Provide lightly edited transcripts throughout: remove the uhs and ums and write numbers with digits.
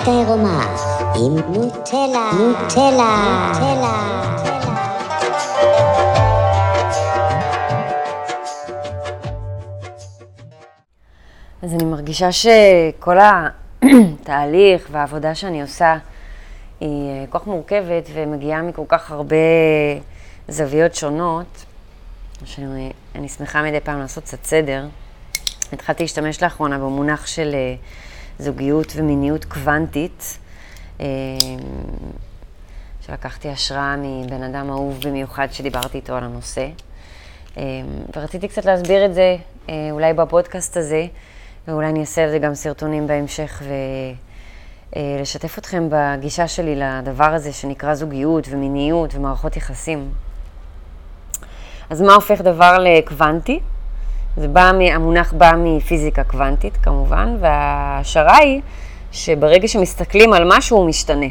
דיאטה עירומה עם נוטלה. אז אני מרגישה שכל התהליך והעבודה שאני עושה היא כל כך מורכבת ומגיעה מכל כך הרבה זוויות שונות, שאני שמחה מדי פעם לעשות קצת סדר. התחלתי להשתמש לאחרונה במונח של זוגיות ומיניות קוונטית, שלקחתי השראה מבן אדם אהוב במיוחד שדיברתי איתו על הנושא. ורציתי קצת להסביר את זה, אולי בפודקאסט הזה, ואולי אני אעשה על זה גם סרטונים בהמשך, ולשתף אתכם בגישה שלי לדבר הזה שנקרא זוגיות ומיניות ומערכות יחסים. אז מה הופך דבר לקוונטי? המונח בא מפיזיקה קוונטית כמובן, וההשערה היא שברגע שמסתכלים על משהו הוא משתנה.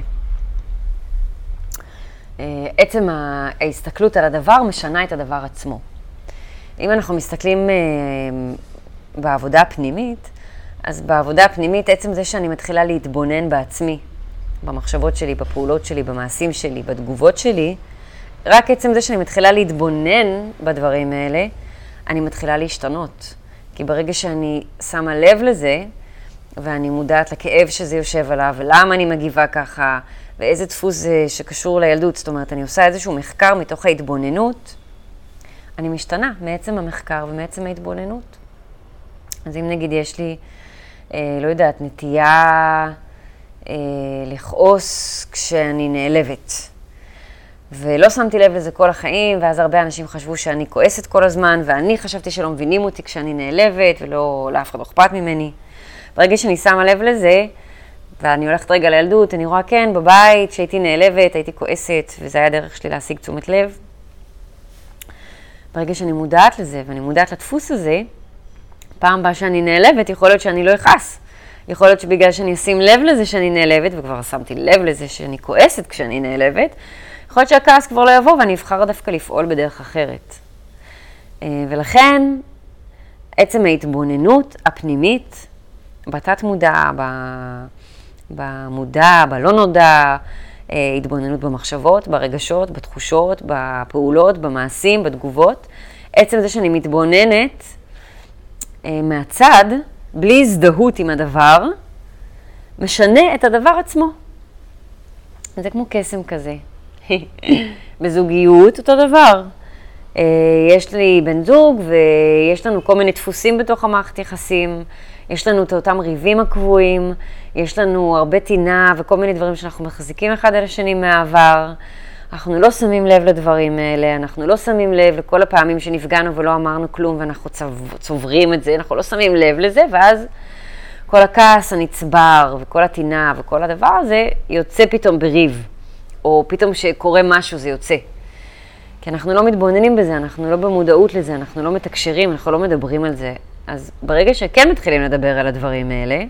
עצם ההסתכלות על הדבר משנה את הדבר עצמו. אם אנחנו מסתכלים בעבודה הפנימית, אז בעבודה הפנימית עצם זה שאני מתחילה להתבונן בעצמי, במחשבות שלי, בפעולות שלי, במעשים שלי, בתגובות שלי, רק עצם זה שאני מתחילה להתבונן בדברים האלה, אני מתחילה להשתנות. כי ברגע שאני שמה לב לזה, ואני מודעת לכאב שזה יושב עליו, ולמה אני מגיבה ככה, ואיזה דפוס זה שקשור לילדות, זאת אומרת, אני עושה איזשהו מחקר מתוך ההתבוננות, אני משתנה מעצם המחקר ומעצם ההתבוננות. אז אם נגיד יש לי, לא יודעת, נטייה לכעוס כשאני נעלבת, ולא שמתי לב לזה כל החיים, ואז הרבה אנשים חשבו שאני כועסת כל הזמן, ואני חשבתי שלא מבינים אותי כשאני נעלבת, ולא, לאף אחד לא אכפת ממני. ברגע שאני שמה לב לזה, ואני הולכת רגע לילדות, אני רואה כן, בבית, שהייתי נעלבת, הייתי כועסת, וזה היה דרך שלי להשיג תשומת לב. ברגע שאני מודעת לזה, ואני מודעת לדפוס הזה, פעם הבאה שאני נעלבת, יכול להיות שאני לא אכעס. יכול להיות שבגלל שאני אשים לב לזה שאני נעלבת, וכבר שמתי לב לזה שאני כועסת כשאני נעלבת, יכול להיות שהכעס כבר לא יבוא, ואני אבחר דווקא לפעול בדרך אחרת. ולכן, עצם ההתבוננות הפנימית, בתת מודע, במודע, בלא נודע, התבוננות במחשבות, ברגשות, בתחושות, בפעולות, במעשים, בתגובות. עצם זה שאני מתבוננת מהצד, בלי הזדהות עם הדבר, משנה את הדבר עצמו. זה כמו קסם כזה. בזוגיות אותו דבר. יש לי בן זוג ויש לנו כל מיני דפוסים בתוך המערכת יחסים, יש לנו את אותם ריבים הקבועים, יש לנו הרבה טינה וכל מיני דברים שאנחנו מחזיקים אחד על השני מהעבר. אנחנו לא שמים לב לדברים האלה, אנחנו לא שמים לב לכל הפעמים שנפגענו ולא אמרנו כלום ואנחנו צוברים את זה, אנחנו לא שמים לב לזה, ואז כל הכעס הנצבר וכל הטינה וכל הדבר הזה יוצא פתאום בריב, או פתאום שקורה משהו זה יוצא. כי אנחנו לא מתבוננים בזה, אנחנו לא במודעות לזה, אנחנו לא מתקשרים, אנחנו לא מדברים על זה. אז ברגע שכן מתחילים לדבר על הדברים האלה,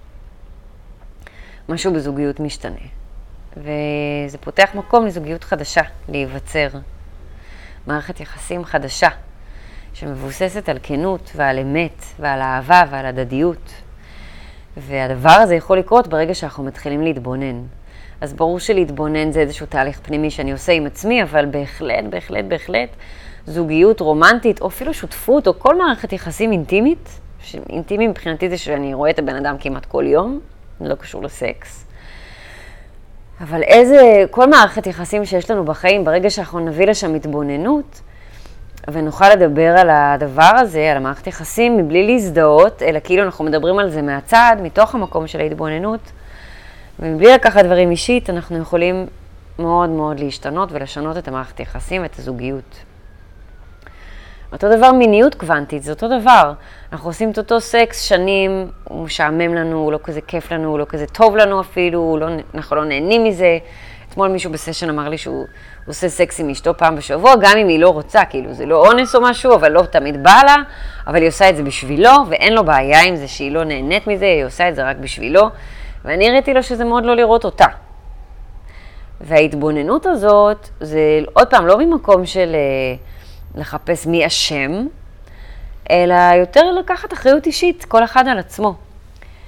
משהו בזוגיות משתנה. וזה פותח מקום לזוגיות חדשה, להיווצר. מערכת יחסים חדשה, שמבוססת על כנות ועל אמת ועל אהבה ועל הדדיות. והדבר הזה יכול לקרות ברגע שאנחנו מתחילים להתבונן. אז ברור שלהתבונן זה איזשהו תהליך פנימי שאני עושה עם עצמי, אבל בהחלט, זוגיות רומנטית, או אפילו שותפות, או כל מערכת יחסים אינטימית, אינטימי מבחינתי זה שאני רואה את הבן אדם כמעט כל יום, זה לא קשור לסקס. אבל כל מערכת יחסים שיש לנו בחיים, ברגע שאנחנו נביא לשם התבוננות, ונוכל לדבר על הדבר הזה, על המערכת יחסים, מבלי להזדהות, אלא כאילו אנחנו מדברים על זה מהצד, מתוך המקום של ההתבוננות, ומבלי לקחת דברים אישית, אנחנו יכולים מאוד מאוד להשתנות ולשנות את המערכת יחסים ואת הזוגיות. אותו דבר מיניות קוונטית, זה אותו דבר. אנחנו עושים את אותו סקס שנים, הוא משעמם לנו, הוא לא כזה כיף לנו, הוא לא כזה טוב לנו אפילו, אנחנו לא נהנים מזה. אתמול מישהו בסשן אמר לי שהוא עושה סקס עם אשתו פעם בשבוע, גם אם היא לא רוצה, כאילו זה לא אונס או משהו, אבל לא תמיד בא לה, אבל היא עושה את זה בשבילו, ואין לו בעיה עם זה שהיא לא נהנית מזה, היא עושה את זה רק בשבילו, ואני הראיתי לו שזה מאוד לא לראות אותה. וההתבוננות הזאת, זה עוד פעם לא ממקום של לחפש מי אשם, אלא יותר לקחת אחריות אישית, כל אחד על עצמו.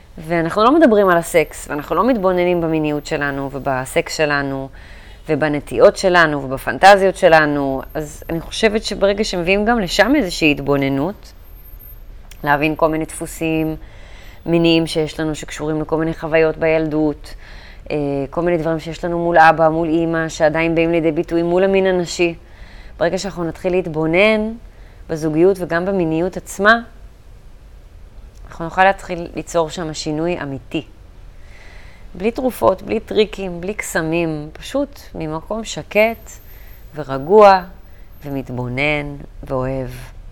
ואנחנו לא מדברים על הסקס, ואנחנו לא מתבוננים במיניות שלנו ובסקס שלנו ובנטיות שלנו ובפנטזיות שלנו. אז אני חושבת שברגע שמביאים גם לשם איזושהי התבוננות, להבין כל מיני דפוסים מיניים שיש לנו שקשורים לכל מיני חוויות בילדות, כל מיני דברים שיש לנו מול אבא, מול אמא, שעדיין באים לידי ביטוי מול המין הנשי. ברגע שאנחנו נתחיל להתבונן בזוגיות וגם במיניות עצמה, אנחנו נוכל להתחיל ליצור שם שינוי אמיתי. בלי תרופות, בלי טריקים, בלי קסמים, פשוט ממקום שקט ורגוע ומתבונן ואוהב.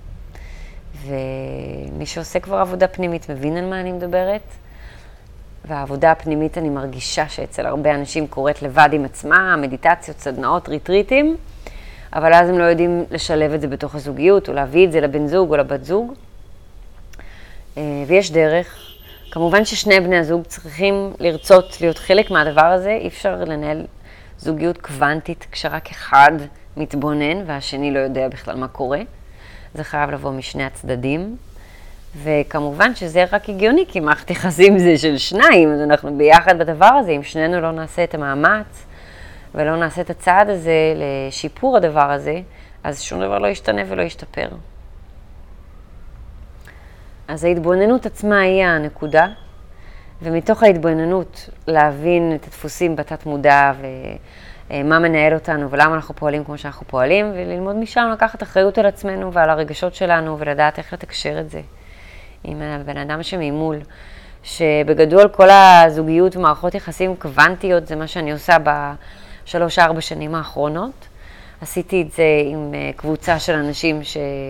ומי שעושה כבר עבודה פנימית מבין על מה אני מדברת. והעבודה הפנימית אני מרגישה שאצל הרבה אנשים קורית לבד עם עצמה, מדיטציות, סדנאות, ריטריטים, אבל אז הם לא יודעים לשלב את זה בתוך הזוגיות, או להביא את זה לבן זוג או לבת זוג. ויש דרך. כמובן ששני בני הזוג צריכים לרצות להיות חלק מהדבר הזה. אי אפשר לנהל זוגיות קוונטית כשרק אחד מתבונן והשני לא יודע בכלל מה קורה. זה חייב לבוא משני הצדדים. וכמובן שזה רק הגיוני, כי מערכת יחסים זה של שניים, אז אנחנו ביחד בדבר הזה. אם שנינו לא נעשה את המאמץ ולא נעשה את הצעד הזה לשיפור הדבר הזה, אז שום דבר לא ישתנה ולא ישתפר. אז ההתבוננות עצמה היא הנקודה, ומתוך ההתבוננות להבין את הדפוסים בתת מודע ומה מנהל אותנו ולמה אנחנו פועלים כמו שאנחנו פועלים, וללמוד משם לקחת אחריות על עצמנו ועל הרגשות שלנו ולדעת איך לתקשר את זה עם הבן אדם שממול. שבגדול כל הזוגיות ומערכות יחסים קוונטיות זה מה שאני עושה ב3-4 שנים האחרונות. עשיתי את זה עם קבוצה של אנשים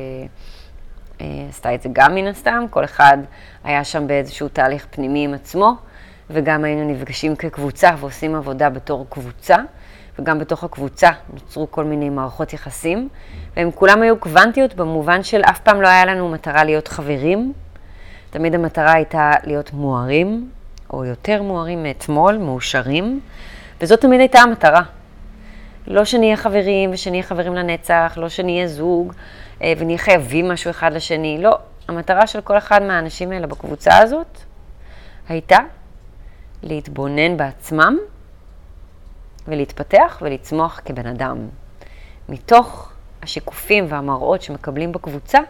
עשתה את זה גם מן הסתם, כל אחד היה שם באיזשהו תהליך פנימי עם עצמו, וגם היינו נפגשים כקבוצה ועושים עבודה בתור קבוצה, וגם בתוך הקבוצה נוצרו כל מיני מערכות יחסים, והם כולם היו קוונטיות במובן של אף פעם לא היה לנו מטרה להיות חברים, תמיד המטרה הייתה להיות מוארים, או יותר מוארים מאתמול, מאושרים, וזאת תמיד הייתה המטרה. לא שנהיה חברים ושנהיה חברים לנצח, לא שנהיה זוג ונהיה חייבים משהו אחד לשני. לא, המטרה של כל אחד מהאנשים האלה בקבוצה הזאת הייתה להתבונן בעצמם ולהתפתח ולצמוח כבן אדם. מתוך השיקופים והמראות שמקבלים בקבוצה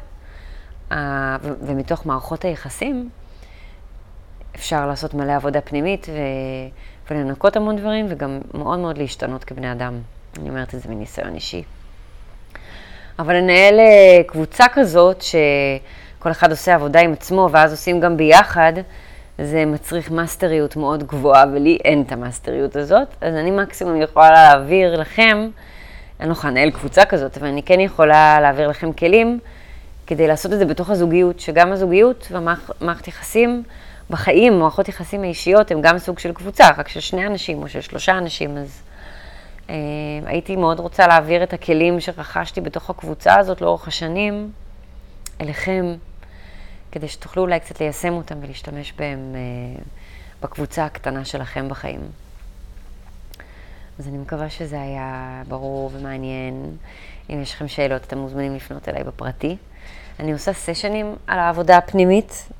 ומתוך מערכות היחסים אפשר לעשות מלא עבודה פנימית ולנקות המון דברים וגם מאוד מאוד להשתנות כבני אדם. אני אומרת את זה מניסיון אישי. אבל לנהל קבוצה כזאת שכל אחד עושה עבודה עם עצמו ואז עושים גם ביחד, זה מצריך מאסטריות מאוד גבוהה, ולי אין את המאסטריות הזאת. אז אני מקסימום יכולה להעביר לכם, אני לא יכולה לנהל קבוצה כזאת, אבל אני כן יכולה להעביר לכם כלים כדי לעשות את זה בתוך הזוגיות, שגם הזוגיות והמערכת יחסים בחיים, מערכות יחסים האישיות, הם גם סוג של קבוצה, רק של 2 אנשים או של 3 אנשים. אז הייתי מאוד רוצה להעביר את הכלים שרכשתי בתוך הקבוצה הזאת לאורך השנים אליכם, כדי שתוכלו אולי קצת ליישם אותם ולהשתמש בהם בקבוצה הקטנה שלכם בחיים. אז אני מקווה שזה היה ברור ומעניין. אם יש לכם שאלות, אתם מוזמנים לפנות אליי בפרטי. אני עושה סשנים על העבודה הפנימית,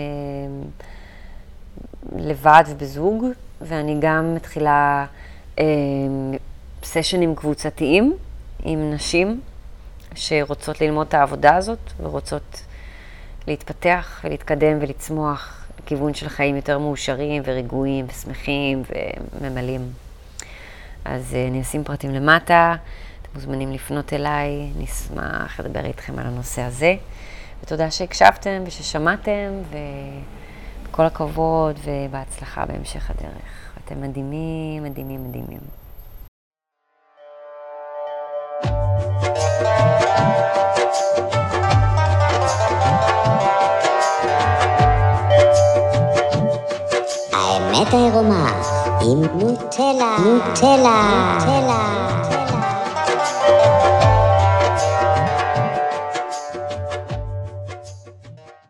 לבד ובזוג, ואני גם מתחילה סשנים קבוצתיים עם נשים שרוצות ללמוד את העבודה הזאת ורוצות להתפתח ולהתקדם ולצמוח לכיוון של חיים יותר מאושרים ורגועים ושמחים וממלאים. אז אני אשים פרטים למטה, אתם מוזמנים לפנות אליי, נשמח לדבר איתכם על הנושא הזה. ותודה שהקשבתם וששמעתם, וכל הכבוד ובהצלחה בהמשך הדרך. אתם מדהימים, מדהימים, מדהימים. האמת העירומה עם נוטלה, נוטלה, נוטלה.